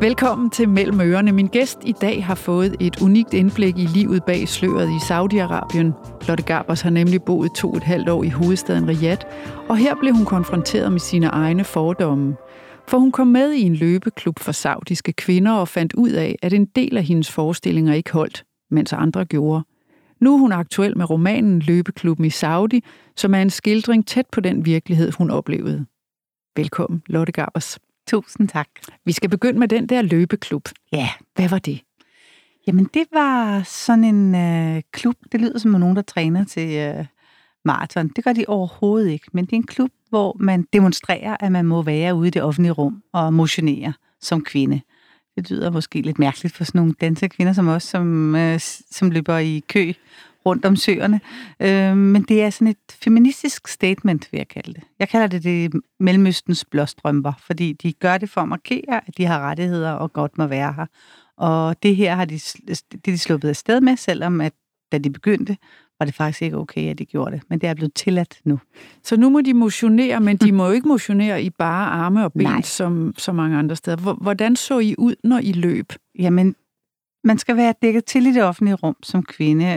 Velkommen til Mellem Ørerne. Min gæst i dag har fået et unikt indblik i livet bag sløret i Saudi-Arabien. Lotte Garbers har nemlig boet 2,5 år i hovedstaden Riyadh, og her blev hun konfronteret med sine egne fordomme. For hun kom med i en løbeklub for saudiske kvinder og fandt ud af, at en del af hendes forestillinger ikke holdt, mens andre gjorde. Nu er hun aktuel med romanen Løbeklubben i Saudi, som er en skildring tæt på den virkelighed, hun oplevede. Velkommen, Lotte Garbers. Tusind tak. Vi skal begynde med den der løbeklub. Ja. Hvad var det? Jamen, det var sådan en klub. Det lyder som nogen, der træner til maraton. Det gør de overhovedet ikke. Men det er en klub, hvor man demonstrerer, at man må være ude i det offentlige rum og motionere som kvinde. Det lyder måske lidt mærkeligt for sådan nogle dansekvinder som os, som løber i kø rundt om søerne. Men det er sådan et feministisk statement, vil jeg kalde det. Jeg kalder det Mellemøstens blåstrømper, fordi de gør det for at markere, at de har rettigheder og godt må være her. Og det her har de sluppet af sted med, selvom at da de begyndte, var det faktisk ikke okay, at de gjorde det. Men det er blevet tilladt nu. Så nu må de motionere, men de må jo ikke motionere i bare arme og ben, som så mange andre steder. Hvordan så I ud, når I løb? Jamen, man skal være dækket til i det offentlige rum som kvinde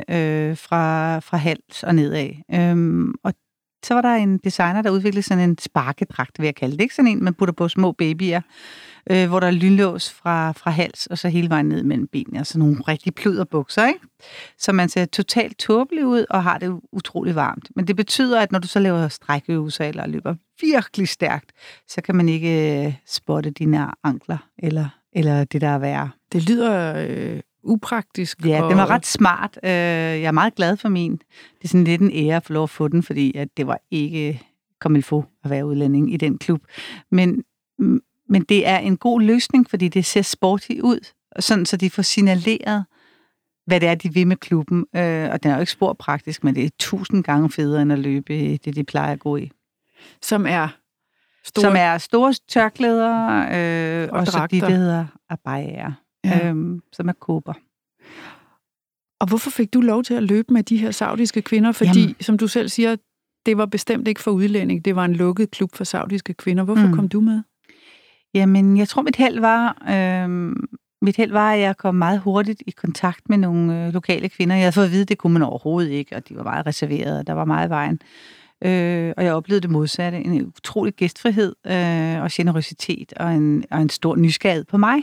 fra hals og nedad. Og så var der en designer, der udviklede sådan en sparkedragt, vil jeg kalde det. Ikke sådan en, man putter på små babyer, hvor der er lynlås fra hals og så hele vejen ned mellem benene. Og sådan nogle rigtig pluderbukser, ikke? Så man ser totalt tåbelig ud og har det utrolig varmt. Men det betyder, at når du så laver strækøvelser eller løber virkelig stærkt, så kan man ikke spotte dine ankler eller det, der er værre. Det lyder upraktisk. Ja, den var ret smart. Jeg er meget glad for min. Det er sådan lidt en ære at få lov at få den, fordi at det var ikke comme il faut at være udlænding i den klub. Men det er en god løsning, fordi det ser sporty ud, sådan så de får signaleret, hvad det er, de vil med klubben. Og den er jo ikke sporpraktisk, men det er 1000 gange federe end at løbe det, de plejer at gå i. Som er store tørklæder og så de, der hedder abayaer, som er kåber. Og hvorfor fik du lov til at løbe med de her saudiske kvinder? Fordi, som du selv siger, det var bestemt ikke for udlænding. Det var en lukket klub for saudiske kvinder. Hvorfor kom du med? Jamen, jeg tror, mit held var, at jeg kom meget hurtigt i kontakt med nogle lokale kvinder. Jeg havde fået at vide, at det kunne man overhovedet ikke, og de var meget reserverede, og der var meget i vejen. Og jeg oplevede det modsatte. En utrolig gæstfrihed og generøsitet og en stor nysgerrighed på mig.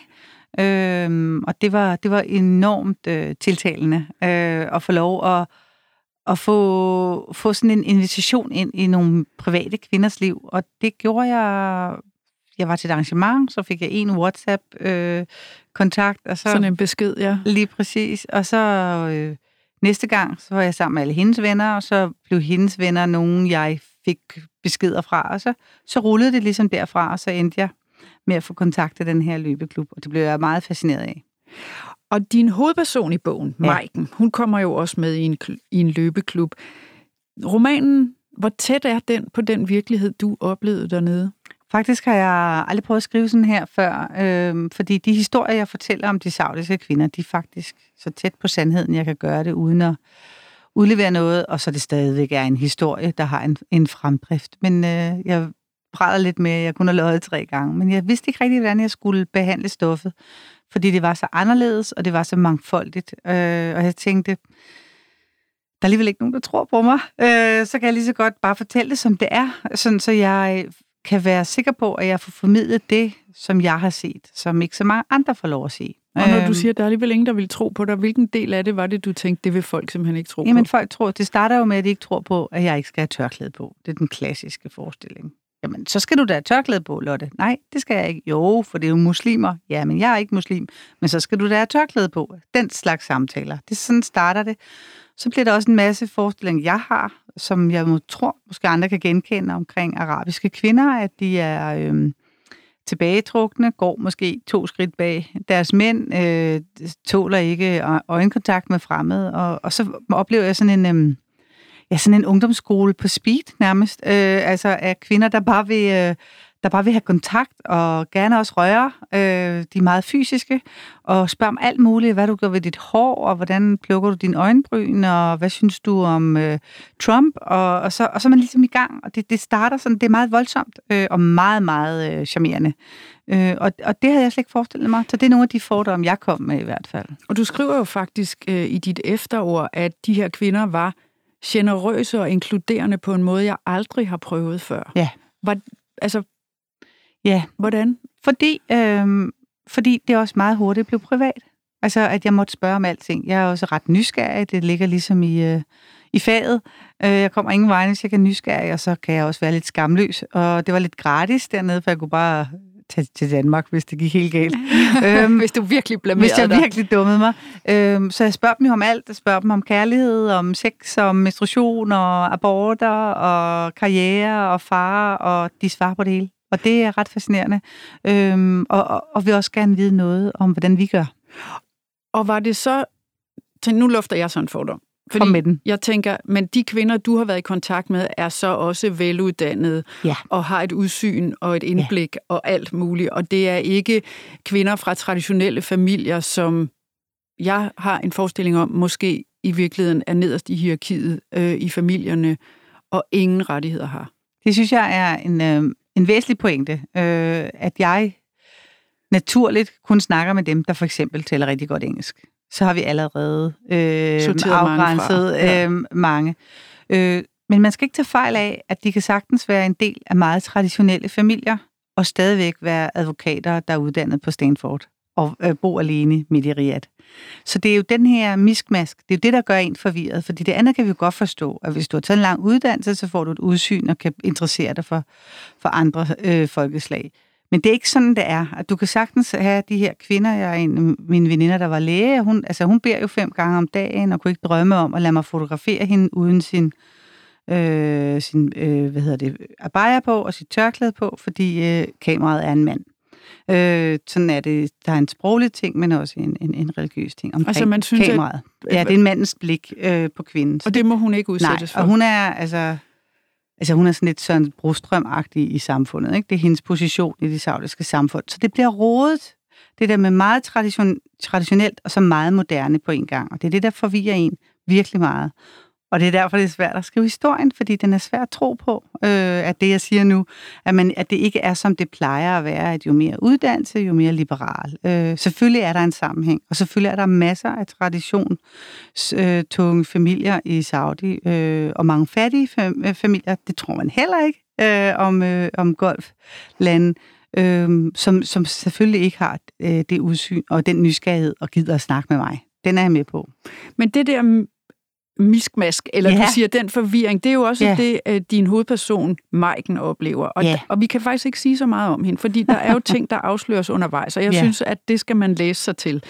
Og det var enormt tiltalende at få lov at få sådan en invitation ind i nogle private kvinders liv. Og det gjorde jeg. Jeg var til et arrangement, så fik jeg en WhatsApp-kontakt. Og så, sådan en besked, ja. Lige præcis. Og så næste gang, så var jeg sammen med alle hendes venner, og så blev hendes venner nogen, jeg fik beskeder fra. Og så rullede det ligesom derfra, og så endte jeg med at få kontakt til den her løbeklub. Og det blev jeg meget fascineret af. Og din hovedperson i bogen, Maiken, hun kommer jo også med i en løbeklub. Romanen, hvor tæt er den på den virkelighed, du oplevede dernede? Faktisk har jeg aldrig prøvet at skrive sådan her før, fordi de historier, jeg fortæller om de saudiske kvinder, de er faktisk så tæt på sandheden, jeg kan gøre det, uden at udlevere noget, og så det stadigvæk er en historie, der har en fremdrift. Men jeg praler lidt med, at jeg kun har løjet 3 gange, men jeg vidste ikke rigtig, hvordan jeg skulle behandle stoffet, fordi det var så anderledes, og det var så mangfoldigt, og jeg tænkte, der er alligevel ikke nogen, der tror på mig, så kan jeg lige så godt bare fortælle det, som det er, sådan så jeg kan være sikker på, at jeg får formidlet det, som jeg har set, som ikke så mange andre får lov at se. Og når du siger, at der er alligevel ingen, der vil tro på dig, hvilken del af det var det, du tænkte, det vil folk simpelthen ikke tro på? Jamen folk tror, det starter jo med, at de ikke tror på, at jeg ikke skal have tørklæde på. Det er den klassiske forestilling. Jamen, så skal du da have tørklæde på, Lotte. Nej, det skal jeg ikke. Jo, for det er jo muslimer. Ja, men jeg er ikke muslim. Men så skal du da have tørklæde på. Den slags samtaler. Det sådan starter det. Så bliver der også en masse forestillinger, jeg har, som jeg tror, måske andre kan genkende omkring arabiske kvinder, at de er tilbagetrukne, går måske 2 skridt bag. Deres mænd tåler ikke øjenkontakt med fremmede, og så oplever jeg sådan en ungdomsskole på speed nærmest, altså af kvinder, der bare vil der bare vil have kontakt, og gerne også røre. De er meget fysiske, og spørger om alt muligt. Hvad du gør ved dit hår, og hvordan plukker du dine øjenbryn, og hvad synes du om Trump? Og så er man ligesom i gang, og det starter sådan, det er meget voldsomt, og meget, meget charmerende. Og det havde jeg slet ikke forestillet mig. Så det er nogle af de fordomme, jeg kom med i hvert fald. Og du skriver jo faktisk i dit efterord, at de her kvinder var generøse og inkluderende på en måde, jeg aldrig har prøvet før. Ja. Hvordan? Fordi det også meget hurtigt blev privat. Altså, at jeg måtte spørge om alting. Jeg er også ret nysgerrig. Det ligger ligesom i faget. Jeg kommer ingen vegne, hvis jeg er nysgerrig, og så kan jeg også være lidt skamløs. Og det var lidt gratis dernede, for jeg kunne bare tage til Danmark, hvis det gik helt galt. Hvis du virkelig blamerede dig. Hvis jeg virkelig dummede mig. Så jeg spørger dem jo om alt. Jeg spørger dem om kærlighed, om sex, om menstruation, og aborter, og karriere, og far, og de svarer på det hele. Og det er ret fascinerende. Og vil også gerne vide noget om, hvordan vi gør. Og var det så... Nu lufter jeg sådan en fordom. Fordi med den. Jeg tænker, men de kvinder, du har været i kontakt med, er så også veluddannede, og har et udsyn og et indblik og alt muligt. Og det er ikke kvinder fra traditionelle familier, som jeg har en forestilling om, måske i virkeligheden er nederst i hierarkiet i familierne, og ingen rettigheder har. Det synes jeg er en væsentlig pointe, at jeg naturligt kun snakker med dem, der for eksempel taler rigtig godt engelsk. Så har vi allerede afgrænset mange. Men man skal ikke tage fejl af, at de kan sagtens være en del af meget traditionelle familier, og stadigvæk være advokater, der er uddannet på Stanford, og bo alene midt i Riyadh. Så det er jo den her miskmask, det er jo det, der gør en forvirret, fordi det andet kan vi jo godt forstå, at hvis du har taget en lang uddannelse, så får du et udsyn og kan interessere dig for andre folkeslag. Men det er ikke sådan, det er. At du kan sagtens have de her kvinder. Jeg er en af mine veninder, der var læge. Hun beder jo 5 gange om dagen, og kunne ikke drømme om at lade mig fotografere hende uden sin abaya på og sit tørklæde på, fordi kameraet er en mand. Sådan er det. Der er en sproglig ting, men også en religiøs ting omkring altså, man synes, kameraet. Ja, det er en mandens blik på kvinden. Og det må hun ikke udsættes for. Og hun er hun er sådan lidt sådan Brostrøm-agtig i samfundet, ikke? Det er hendes position i det saudiske samfund. Så det bliver rodet, det der med meget traditionelt og så meget moderne på en gang. Og det er det, der forvirrer en virkelig meget. Og det er derfor, det er svært at skrive historien, fordi den er svær at tro på, at det, jeg siger nu, at det ikke er, som det plejer at være, at jo mere uddannelse, jo mere liberal. Selvfølgelig er der en sammenhæng, og selvfølgelig er der masser af traditionstunge familier i Saudi, og mange fattige familier, det tror man heller ikke om golflande, som selvfølgelig ikke har det udsyn og den nysgerrighed og gider at snakke med mig. Den er jeg med på. Men det der miskmask, eller du siger den forvirring, det er jo også det, din hovedperson, Maiken, oplever. Og vi kan faktisk ikke sige så meget om hende, fordi der er jo ting, der afsløres undervejs, og jeg synes, at det skal man læse sig til.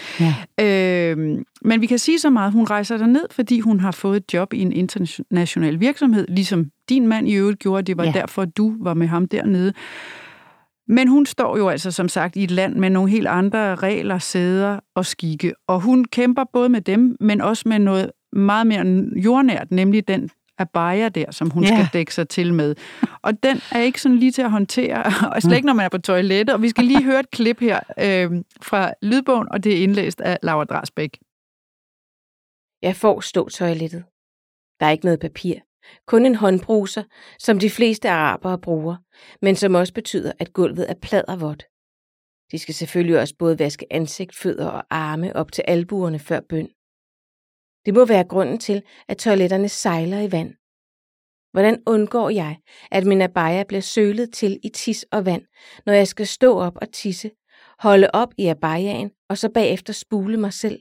Men vi kan sige så meget, hun rejser derned, fordi hun har fået et job i en international virksomhed, ligesom din mand i øvrigt gjorde, det var derfor, du var med ham dernede. Men hun står jo altså, som sagt, i et land med nogle helt andre regler, sæder og skikke, og hun kæmper både med dem, men også med noget meget mere jordnært, nemlig den abaya der, som hun skal dække sig til med. Og den er ikke sådan lige til at håndtere, og slet ikke, når man er på toilettet. Og vi skal lige høre et klip her fra lydbogen, og det er indlæst af Laura Drasbæk. Jeg får stå-toilettet. Der er ikke noget papir. Kun en håndbruser, som de fleste arabere bruger, men som også betyder, at gulvet er pladdervådt. De skal selvfølgelig også både vaske ansigt, fødder og arme op til albuerne før bøn. Det må være grunden til, at toiletterne sejler i vand. Hvordan undgår jeg, at min abaya bliver sølet til i tis og vand, når jeg skal stå op og tisse, holde op i abayaen og så bagefter spule mig selv?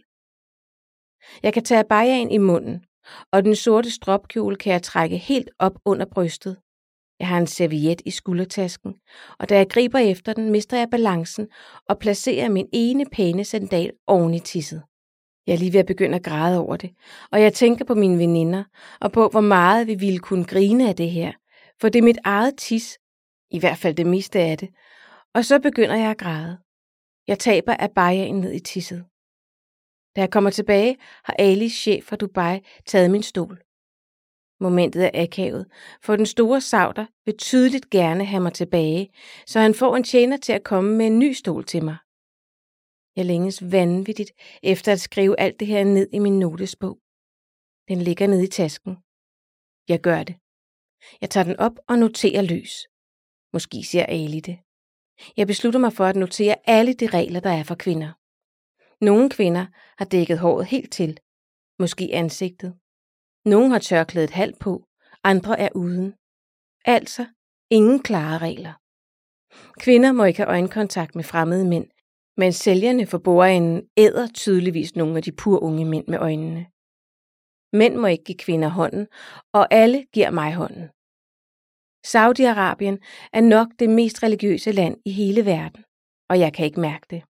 Jeg kan tage abayaen i munden, og den sorte stropkjole kan jeg trække helt op under brystet. Jeg har en serviet i skuldertasken, og da jeg griber efter den, mister jeg balancen og placerer min ene pæne sandal oven i tisset. Jeg er lige ved at begynde at græde over det, og jeg tænker på mine veninder og på, hvor meget vi ville kunne grine af det her, for det er mit eget tis, i hvert fald det meste af det, og så begynder jeg at græde. Jeg taber abayaen ned i tisset. Da jeg kommer tilbage, har Alis chef fra Dubai taget min stol. Momentet er akavet, for den store sauter vil tydeligt gerne have mig tilbage, så han får en tjener til at komme med en ny stol til mig. Jeg længes vanvittigt efter at skrive alt det her ned i min notesbog. Den ligger nede i tasken. Jeg gør det. Jeg tager den op og noterer løs. Måske ser Ali det. Jeg beslutter mig for at notere alle de regler, der er for kvinder. Nogle kvinder har dækket håret helt til, måske ansigtet. Nogle har tørklædet halvt på, andre er uden. Altså ingen klare regler. Kvinder må ikke have øjenkontakt med fremmede mænd, men sælgerne for bordenden æder tydeligvis nogle af de unge mænd med øjnene. Mænd må ikke give kvinder hånden, og alle giver mig hånden. Saudi-Arabien er nok det mest religiøse land i hele verden, og jeg kan ikke mærke det.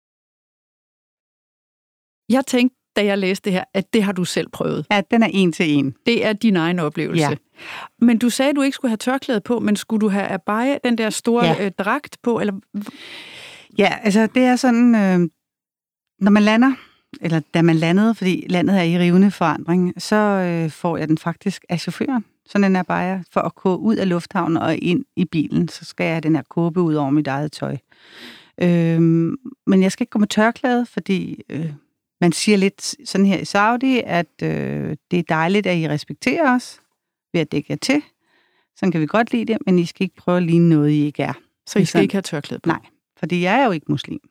Jeg tænkte, da jeg læste det her, at det har du selv prøvet. Ja, den er 1 til 1. Det er din egen oplevelse. Ja. Men du sagde, at du ikke skulle have tørklæde på, men skulle du have abaya, den der store dragt på? Eller? Ja, altså det er sådan, når man lander, eller da man landede, fordi landet er i rivende forandring, så får jeg den faktisk af chaufføren. Sådan en abaya, for at gå ud af lufthavnen og ind i bilen, så skal jeg have den her kåbe ud over mit eget tøj. Men jeg skal ikke gå med tørklæde, fordi man siger lidt sådan her i Saudi, at det er dejligt, at I respekterer os ved at dække jer til. Sådan kan vi godt lide det, men I skal ikke prøve at ligne noget, I ikke er. Så I skal ikke have tørklæde på? Nej, fordi jeg er jo ikke muslim.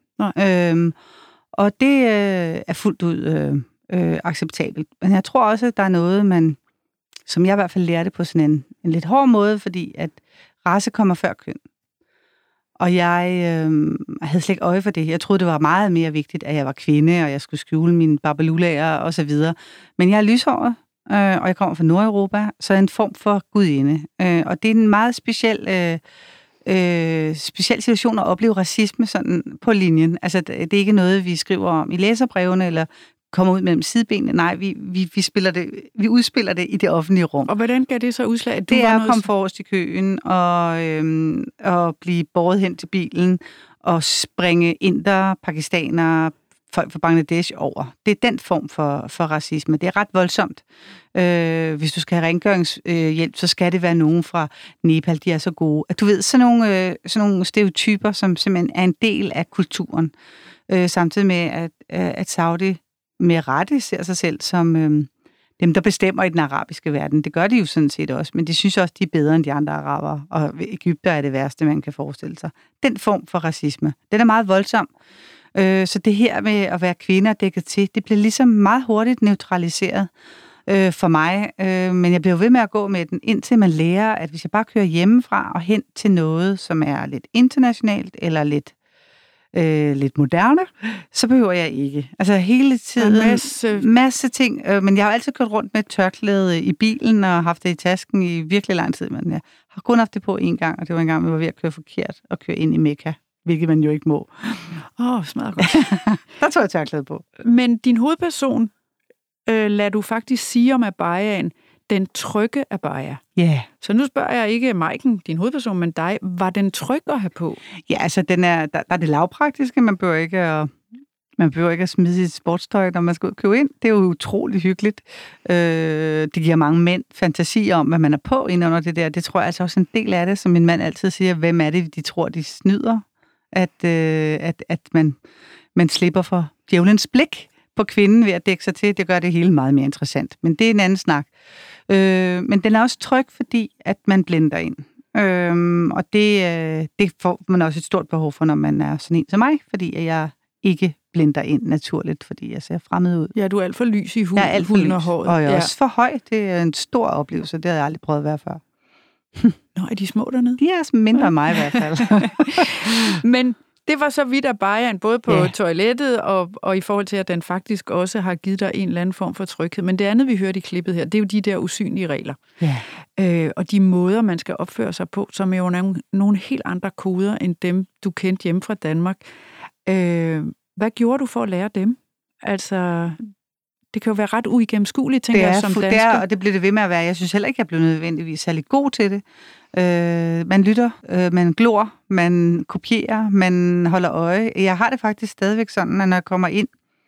Og det er fuldt ud acceptabelt. Men jeg tror også, at der er noget, som jeg i hvert fald lærte på sådan en lidt hård måde, fordi at race kommer før køn. Og jeg havde slet ikke øje for det. Jeg troede, det var meget mere vigtigt, at jeg var kvinde, og jeg skulle skjule mine babalulaer og så videre. Men jeg er lyshåret, og jeg kommer fra Nordeuropa, så er en form for gudinde. Og det er en meget speciel situation at opleve racisme sådan på linjen. Altså, det er ikke noget, vi skriver om i læserbrevene, eller kommer ud mellem sidebenene. Nej, vi udspiller det i det offentlige rum. Og hvordan gav det så udslag? At det er at komme forrest i køen og blive båret hen til bilen og springe inder, pakistanere, folk fra Bangladesh over. Det er den form for racisme. Det er ret voldsomt. Hvis du skal have rengøringshjælp, så skal det være nogen fra Nepal, de er så gode. At du ved, sådan nogle stereotyper, som simpelthen er en del af kulturen. Samtidig med, at Saudi med rette ser sig selv som dem, der bestemmer i den arabiske verden. Det gør de jo sådan set også, men de synes også, de er bedre end de andre arabere, og Egypter er det værste, man kan forestille sig. Den form for racisme, den er meget voldsom. Så det her med at være kvinder dækket til, det bliver ligesom meget hurtigt neutraliseret for mig, men jeg bliver ved med at gå med den, indtil man lærer, at hvis jeg bare kører hjemmefra og hen til noget, som er lidt internationalt eller lidt moderne, så behøver jeg ikke. Altså hele tiden masse ting, men jeg har altid kørt rundt med et tørklæde i bilen og haft det i tasken i virkelig lang tid, men jeg har kun haft det på en gang, og det var en gang, vi var ved at køre forkert og køre ind i Mekka, hvilket man jo ikke må. Smadret godt. Der tog jeg tørklæde på. Men din hovedperson lader du faktisk sige om abayaen, den trygge abaya. Ja. Yeah. Så nu spørger jeg ikke Maiken, din hovedperson, men dig. Var den tryg at have på? Ja, altså der er det lavpraktiske. Man behøver ikke at smide sit sportstøj, når man skal ud og købe ind. Det er jo utroligt hyggeligt. Det giver mange mænd fantasi om, hvad man er på ind under det der. Det tror jeg altså også en del af det, som min mand altid siger. Hvem er det, de tror, de snyder? At man slipper for djævelens blik på kvinden ved at dække sig til. Det gør det hele meget mere interessant. Men det er en anden snak. Men den er også tryg, fordi at man blender ind. Og det får man også et stort behov for, når man er sådan en som mig, fordi jeg ikke blender ind naturligt, fordi jeg ser fremmed ud. Ja, du er alt for lys i huden og håret. Og jeg er også for høj. Det er en stor oplevelse. Det havde jeg aldrig prøvet at være før. Nå, er de små dernede? De er mindre end mig i hvert fald. Men det var så vidt abayaen, både på toilettet og i forhold til, at den faktisk også har givet dig en eller anden form for tryghed. Men det andet, vi hørte i klippet her, det er jo de der usynlige regler. Ja. Og de måder, man skal opføre sig på, som er jo nogle helt andre koder, end dem, du kendte hjemme fra Danmark. Hvad gjorde du for at lære dem? Altså, det kan jo være ret uigennemskueligt, tænker jeg, som dansker. Det er, og det bliver det ved med at være. Jeg synes heller ikke, jeg blev nødvendigvis særlig god til det. Man lytter, man glor, man kopierer, man holder øje. Jeg har det faktisk stadigvæk sådan, at når jeg kommer ind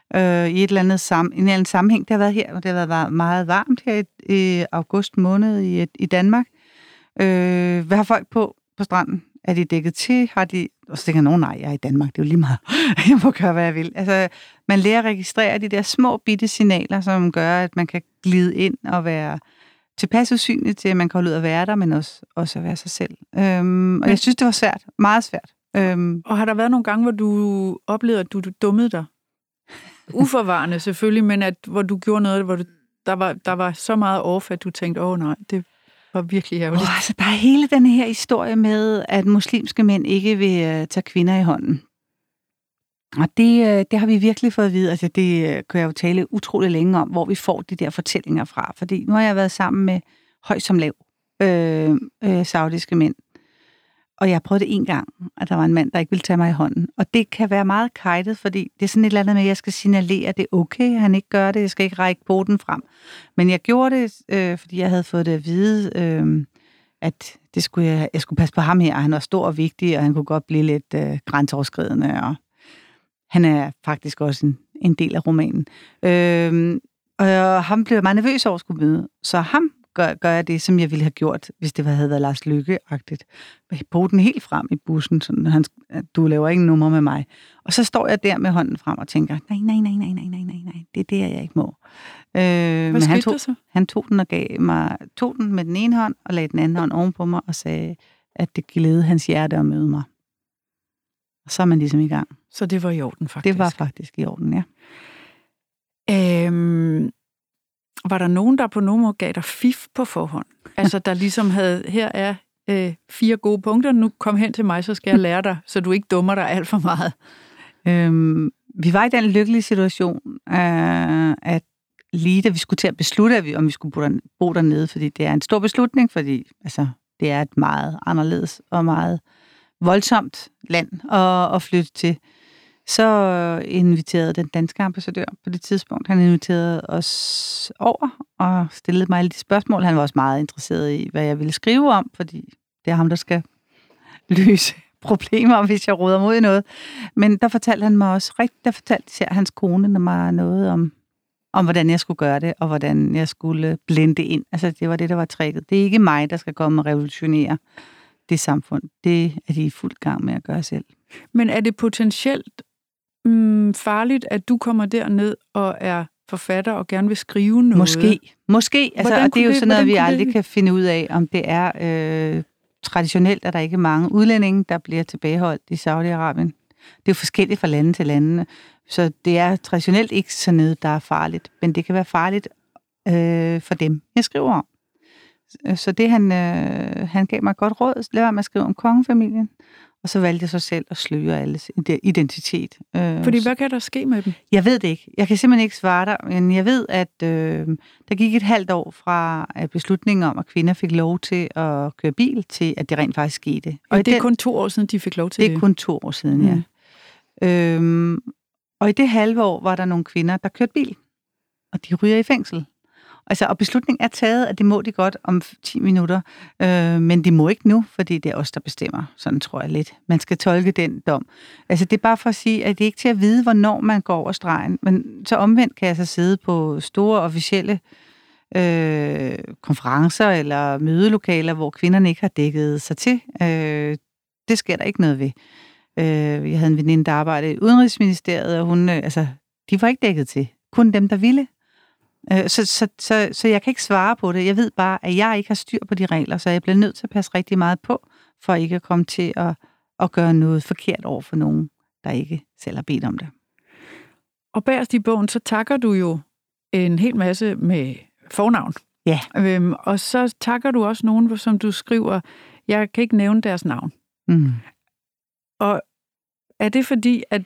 i et eller andet en eller anden sammenhæng. Det har været her, og det har været meget varmt her i august måned i Danmark. Hvad har folk på stranden? Er de dækket til? Har de... Og så tænker jeg, nej, jeg er i Danmark, det er jo lige meget. Jeg må gøre, hvad jeg vil. Altså, man lærer at registrere de der små bitte signaler, som gør, at man kan glide ind og være tilpas usynlig til, at man kan holde ud at være der, men også at være sig selv. Og jeg synes, det var svært. Meget svært. Og har der været nogle gange, hvor du oplevede, at du dummede dig? Uforvarende selvfølgelig, men hvor du gjorde noget, hvor der var så meget off, at du tænkte, nej, det var virkelig ærgerligt. Altså, der er hele den her historie med, at muslimske mænd ikke vil tage kvinder i hånden. Og det har vi virkelig fået at vide. Altså, det kan jeg jo tale utrolig længe om, hvor vi får de der fortællinger fra. Fordi nu har jeg været sammen med høj som lav saudiske mænd. Og jeg har prøvet det en gang, at der var en mand, der ikke ville tage mig i hånden. Og det kan være meget kajtet, fordi det er sådan et eller andet med, at jeg skal signalere, at det er okay, at han ikke gør det. Jeg skal ikke række poten frem. Men jeg gjorde det, fordi jeg havde fået det at vide, at jeg skulle passe på ham her. Han var stor og vigtig, og han kunne godt blive lidt grænseoverskridende. Og han er faktisk også en del af romanen. Og ham blev meget nervøs over at skulle møde. Så ham gør jeg det, som jeg ville have gjort, hvis det havde været Lars Løkke-agtigt. Poten helt frem i bussen, sådan, du laver ikke nummer med mig. Og så står jeg der med hånden frem og tænker, nej, det er det, jeg ikke må. Hvad skete der så? Han tog den med den ene hånd, og lagde den anden hånd ovenpå mig, og sagde, at det glædede hans hjerte at møde mig. Og så er man ligesom i gang. Så det var i orden, faktisk? Det var faktisk i orden, ja. Var der nogen, der på nogen måde gav dig fif på forhånd? Altså, der ligesom havde, her er 4 gode punkter, nu kom hen til mig, så skal jeg lære dig, så du ikke dummer dig alt for meget. Vi var i den lykkelige situation, at lige da vi skulle til at beslutte, om vi skulle bo dernede, fordi det er en stor beslutning, fordi altså, det er et meget anderledes og meget voldsomt land at flytte til. Så inviterede den danske ambassadør på det tidspunkt. Han inviterede os over og stillede mig alle de spørgsmål. Han var også meget interesseret i, hvad jeg ville skrive om, fordi det er ham, der skal løse problemer, hvis jeg roder mod i noget. Men der fortalte han mig også der fortalte især hans kone mig noget om, hvordan jeg skulle gøre det, og hvordan jeg skulle blende ind. Altså, det var det, der var tricket. Det er ikke mig, der skal komme og revolutionere det samfund. Det er de i fuld gang med at gøre selv. Men er det potentielt farligt, at du kommer derned og er forfatter og gerne vil skrive noget? Måske. Altså, og det er jo sådan noget, vi aldrig kan finde ud af, om det er traditionelt, at der ikke er mange udlændinge, der bliver tilbageholdt i Saudi-Arabien. Det er jo forskelligt fra lande til lande, så det er traditionelt ikke sådan noget, der er farligt, men det kan være farligt for dem, jeg skriver om. Så det, han gav mig et godt råd, lad være med at skrive om kongefamilien, og så valgte jeg så selv at sløre alles identitet. Fordi hvad kan der ske med dem? Jeg ved det ikke. Jeg kan simpelthen ikke svare dig, men jeg ved, at der gik et halvt år fra beslutningen om, at kvinder fik lov til at køre bil, til at det rent faktisk skete. Og det er kun 2 år siden, de fik lov til det? Det er kun 2 år siden, ja. Og i det halve år var der nogle kvinder, der kørte bil, og de ryger i fængsel. Altså, og beslutningen er taget, at det må de godt om 10 minutter, men de må ikke nu, fordi det er os, der bestemmer. Sådan tror jeg lidt. Man skal tolke den dom. Altså, det er bare for at sige, at det ikke er til at vide, hvornår man går over stregen. Men så omvendt kan jeg så sidde på store officielle konferencer eller mødelokaler, hvor kvinderne ikke har dækket sig til. Det sker der ikke noget ved. Jeg havde en veninde, der arbejdede i Udenrigsministeriet, og de var ikke dækket til. Kun dem, der ville. Så jeg kan ikke svare på det. Jeg ved bare, at jeg ikke har styr på de regler, så jeg bliver nødt til at passe rigtig meget på, for ikke at komme til at gøre noget forkert over for nogen, der ikke selv har bedt om det. Og bagerst i bogen, så takker du jo en hel masse med fornavn. Ja. Og så takker du også nogen, som du skriver, jeg kan ikke nævne deres navn. Mm. Og er det fordi, at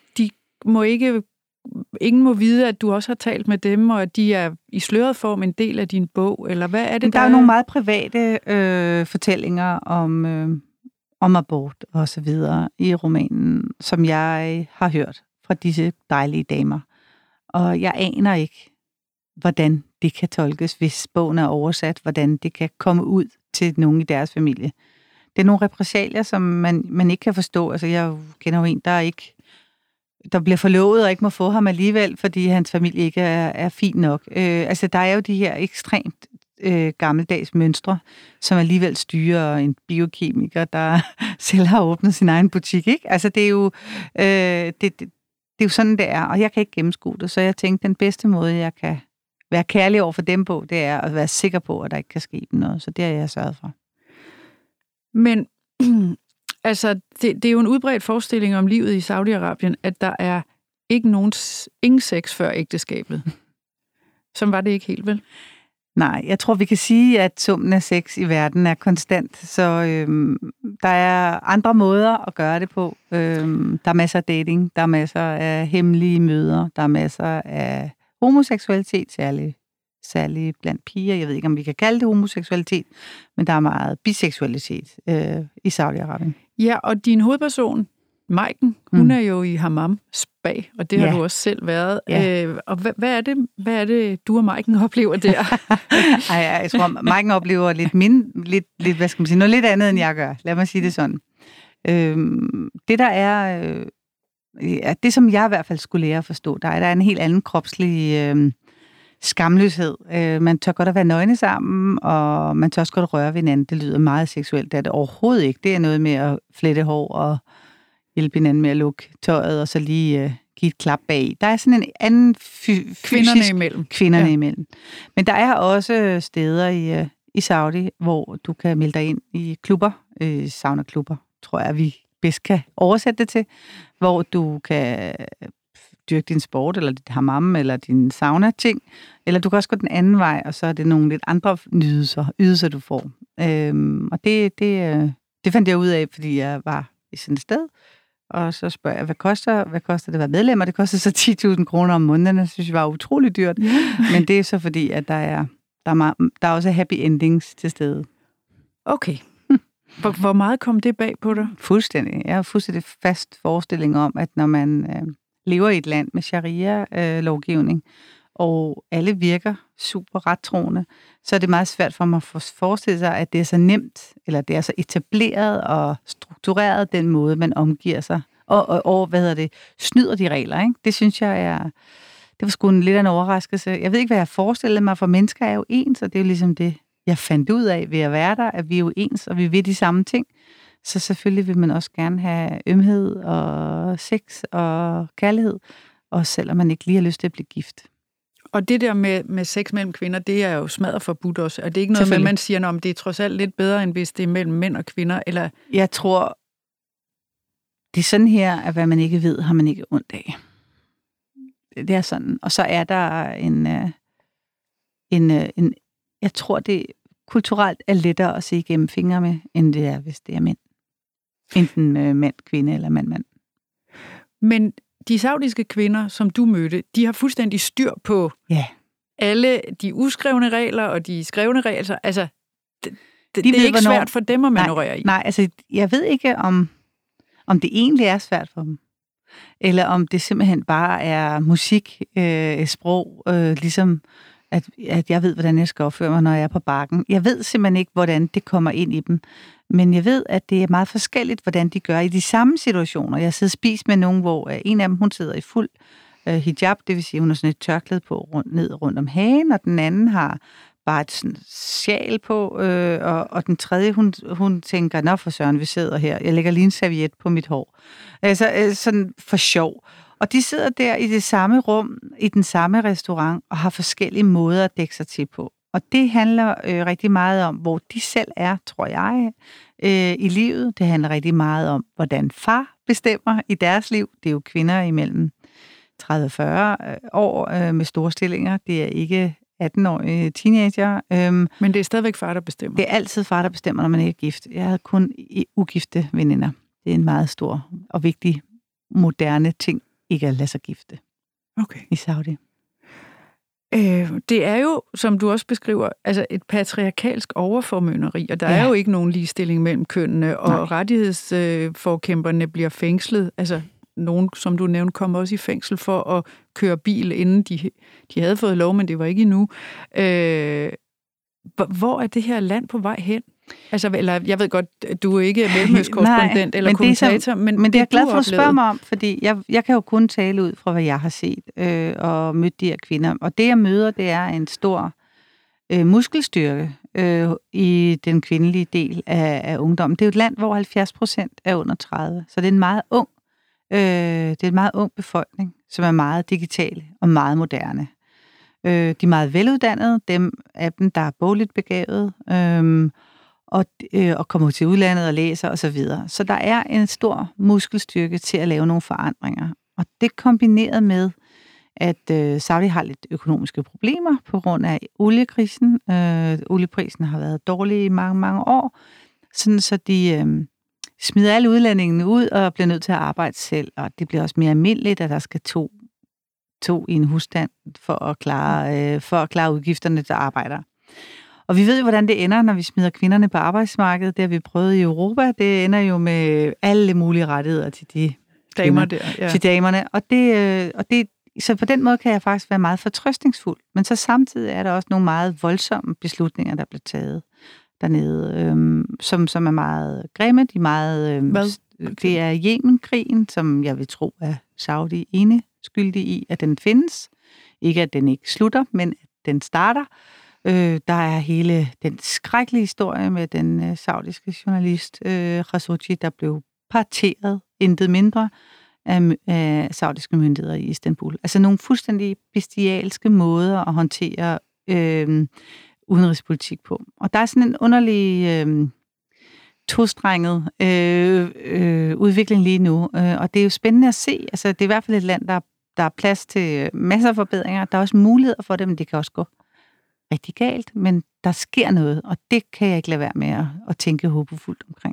ingen må vide, at du også har talt med dem, og at de er i sløret form en del af din bog, eller hvad er det, der er nogle meget private fortællinger om abort og så videre i romanen, som jeg har hørt fra disse dejlige damer. Og jeg aner ikke, hvordan det kan tolkes, hvis bogen er oversat, hvordan det kan komme ud til nogen i deres familie. Det er nogle repressalier, som man ikke kan forstå. Altså, jeg kender jo en, der ikke der bliver forlovet og ikke må få ham alligevel, fordi hans familie ikke er fin nok. Altså, der er jo de her ekstremt gammeldags mønstre, som alligevel styrer en biokemiker, der selv har åbnet sin egen butik, ikke? Altså, det er jo, det er jo sådan, det er, og jeg kan ikke gennemskue det, så jeg tænkte, den bedste måde, jeg kan være kærlig over for dem på, det er at være sikker på, at der ikke kan ske noget, så det har jeg sørget for. Men altså, det er jo en udbredt forestilling om livet i Saudi-Arabien, at der er ingen sex før ægteskabet. Som var det ikke helt, vel? Nej, jeg tror, vi kan sige, at summen af sex i verden er konstant, så der er andre måder at gøre det på. Der er masser af dating, der er masser af hemmelige møder, der er masser af homoseksualitet, særligt blandt piger. Jeg ved ikke, om vi kan kalde det homoseksualitet, men der er meget biseksualitet i Saudi-Arabien. Ja, og din hovedperson, Maiken, hun er jo i Hammam Spa, og det har du også selv været. Ja. Og hvad er det, du og Maiken oplever der? Jeg tror, Maiken oplever lidt, hvad skal man sige, noget lidt andet, end jeg gør. Lad mig sige det sådan. Det der er, det som jeg i hvert fald skulle lære at forstå, der er en helt anden kropslig skamløshed. Man tør godt at være nøgne sammen, og man tør også godt at røre ved hinanden. Det lyder meget seksuelt, det er det overhovedet ikke. Det er noget med at flette hår og hjælpe hinanden med at lukke tøjet, og så lige give et klap bag. Der er sådan en anden kvinderne imellem. Men der er også steder i Saudi, hvor du kan melde dig ind i klubber, sauna-klubber, tror jeg, vi bedst kan oversætte det til, hvor du kan dyrke din sport, eller dit hammam, eller din sauna-ting, eller du kan også gå den anden vej, og så er det nogle lidt andre ydelser du får. Og det fandt jeg ud af, fordi jeg var i sådan et sted, og så spørger jeg, hvad koster det at være medlem? Og det koster så 10.000 kroner om måneden. Det synes jeg var utroligt dyrt. Men det er så fordi, at der er også happy endings til stede. Okay. Hvor meget kom det bag på dig? Fuldstændig. Jeg har fuldstændig fast forestilling om, at når man lever i et land med sharia-lovgivning, og alle virker super rettroende, så er det meget svært for mig at forestille sig, at det er så nemt, eller det er så etableret og struktureret den måde, man omgiver sig, og snyder de regler, ikke? Det synes jeg det var sgu lidt af en overraskelse. Jeg ved ikke, hvad jeg forestillede mig, for mennesker er jo ens, og det er jo ligesom det, jeg fandt ud af ved at være der, at vi er jo ens, og vi vil de samme ting. Så selvfølgelig vil man også gerne have ømhed og sex og kærlighed, og selvom man ikke lige har lyst til at blive gift. Og det der med sex mellem kvinder, det er jo smadret forbudt også. Og det er ikke noget med, man siger, om det er trods alt lidt bedre, end hvis det er mellem mænd og kvinder? Eller? Jeg tror, det er sådan her, at hvad man ikke ved, har man ikke ondt af. Det er sådan. Og så er der jeg tror, det kulturelt er lettere at se igennem fingre med, end det er, hvis det er mænd. Enten mand, kvinde eller mand. Men de saudiske kvinder, som du mødte, de har fuldstændig styr på alle de uskrevne regler og de skrevne regler. Altså, det er ikke svært for dem at manøvrere i. Nej, altså, jeg ved ikke, om det egentlig er svært for dem. Eller om det simpelthen bare er musik, sprog, ligesom at jeg ved, hvordan jeg skal opføre mig, når jeg er på bakken. Jeg ved simpelthen ikke, hvordan det kommer ind i dem. Men jeg ved, at det er meget forskelligt, hvordan de gør i de samme situationer. Jeg sidder og spiser med nogen, hvor en af dem, hun sidder i fuld hijab, det vil sige, hun har sådan et tørklæde på ned rundt om hagen, og den anden har bare et sådan sjal på, og den tredje, hun tænker, nå for søren, vi sidder her, jeg lægger lige en serviet på mit hår. Altså sådan for sjov. Og de sidder der i det samme rum, i den samme restaurant, og har forskellige måder at dække sig til på. Og det handler rigtig meget om, hvor de selv er, tror jeg, i livet. Det handler rigtig meget om, hvordan far bestemmer i deres liv. Det er jo kvinder imellem 30 og 40 år med store stillinger. Det er ikke 18-årige teenager. Men det er stadigvæk far, der bestemmer? Det er altid far, der bestemmer, når man ikke er gift. Jeg havde kun ugifte veninder. Det er en meget stor og vigtig, moderne ting, ikke at lade sig gifte i Saudi. Det er jo, som du også beskriver, altså et patriarkalsk overformynderi, og der er jo ikke nogen ligestilling mellem kønnene, og rettighedsforkæmperne bliver fængslet. Altså nogen, som du nævnte, kom også i fængsel for at køre bil, inden de havde fået lov, men det var ikke endnu. Hvor er det her land på vej hen? Altså, eller jeg ved godt, du er ikke mellemøstkorrespondent eller kommentator, men det er jeg glad for at spørge mig om, fordi jeg kan jo kun tale ud fra, hvad jeg har set og mødt de her kvinder. Og det, jeg møder, det er en stor muskelstyrke i den kvindelige del af ungdommen. Det er jo et land, hvor 70% er under 30, så det er en meget ung, det er en meget ung befolkning, som er meget digitale og meget moderne. De er meget veluddannede, dem af dem, der er bogligt begavet, og kommer til udlandet og læser osv. Så der er en stor muskelstyrke til at lave nogle forandringer. Og det kombineret med, at Saudi har lidt økonomiske problemer på grund af oliekrisen. Olieprisen har været dårlig i mange, mange år, sådan så de smider alle udlændingene ud og bliver nødt til at arbejde selv. Og det bliver også mere almindeligt, at der skal to i en husstand for at klare udgifterne til arbejder. Og vi ved jo, hvordan det ender, når vi smider kvinderne på arbejdsmarkedet. Det har vi prøvet i Europa. Det ender jo med alle mulige rettigheder til de damer der. Ja. Til damerne. Så på den måde kan jeg faktisk være meget fortrøstningsfuld. Men så samtidig er der også nogle meget voldsomme beslutninger, der bliver taget dernede, som er meget grimme. De er meget, det er Yemen-krigen, som jeg vil tro er Saudi ene skyldig i, at den findes. Ikke at den ikke slutter, men at den starter. Der er hele den skrækkelige historie med den saudiske journalist Khashoggi, der blev parteret intet mindre af saudiske myndigheder i Istanbul. Altså nogle fuldstændig bestialske måder at håndtere udenrigspolitik på. Og der er sådan en underlig tostrenget udvikling lige nu, og det er jo spændende at se. Altså det er i hvert fald et land, der er plads til masser af forbedringer. Der er også muligheder for det, men det kan også gå rigtig galt, men der sker noget, og det kan jeg ikke lade være med at tænke håbefuldt omkring.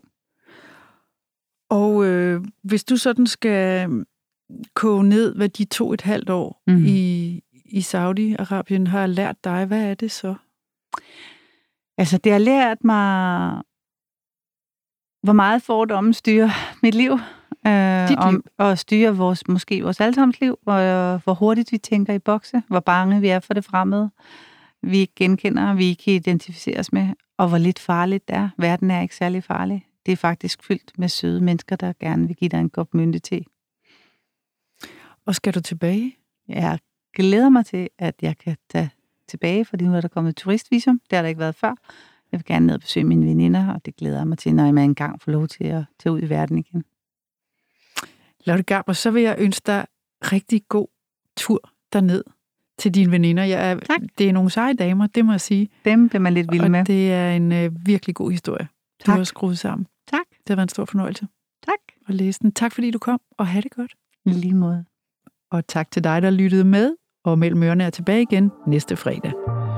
Og hvis du sådan skal koge ned, hvad de 2,5 år i Saudi-Arabien har lært dig, hvad er det så? Altså, det har lært mig, hvor meget fordomme styrer mit liv. Og styrer vores allesammens liv, og hvor hurtigt vi tænker i bokse, hvor bange vi er for det fremmede, vi ikke genkender, vi ikke identificeres med, og hvor lidt farligt det er. Verden er ikke særlig farlig. Det er faktisk fyldt med søde mennesker, der gerne vil give dig en kop mynte te. Og skal du tilbage? Jeg glæder mig til, at jeg kan tage tilbage, fordi nu er der kommet turistvisum. Det har der ikke været før. Jeg vil gerne ned og besøge mine veninder, og det glæder jeg mig til, når jeg engang får lov til at tage ud i verden igen. Lotte Garber, så vil jeg ønske dig rigtig god tur derned til dine veninder. Det er nogle seje damer, det må jeg sige. Dem bliver man lidt vild med. Og det er en virkelig god historie, du har skruet sammen. Tak. Det har været en stor fornøjelse. Tak. At læse den. Tak fordi du kom, og have det godt. I lige måde. Og tak til dig, der lyttede med, og Mellem Ørerne er tilbage igen næste fredag.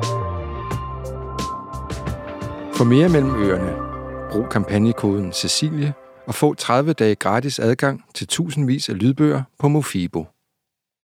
For mere Mellem Ørerne, brug kampagnekoden Cecilie og få 30 dage gratis adgang til tusindvis af lydbøger på Mofibo.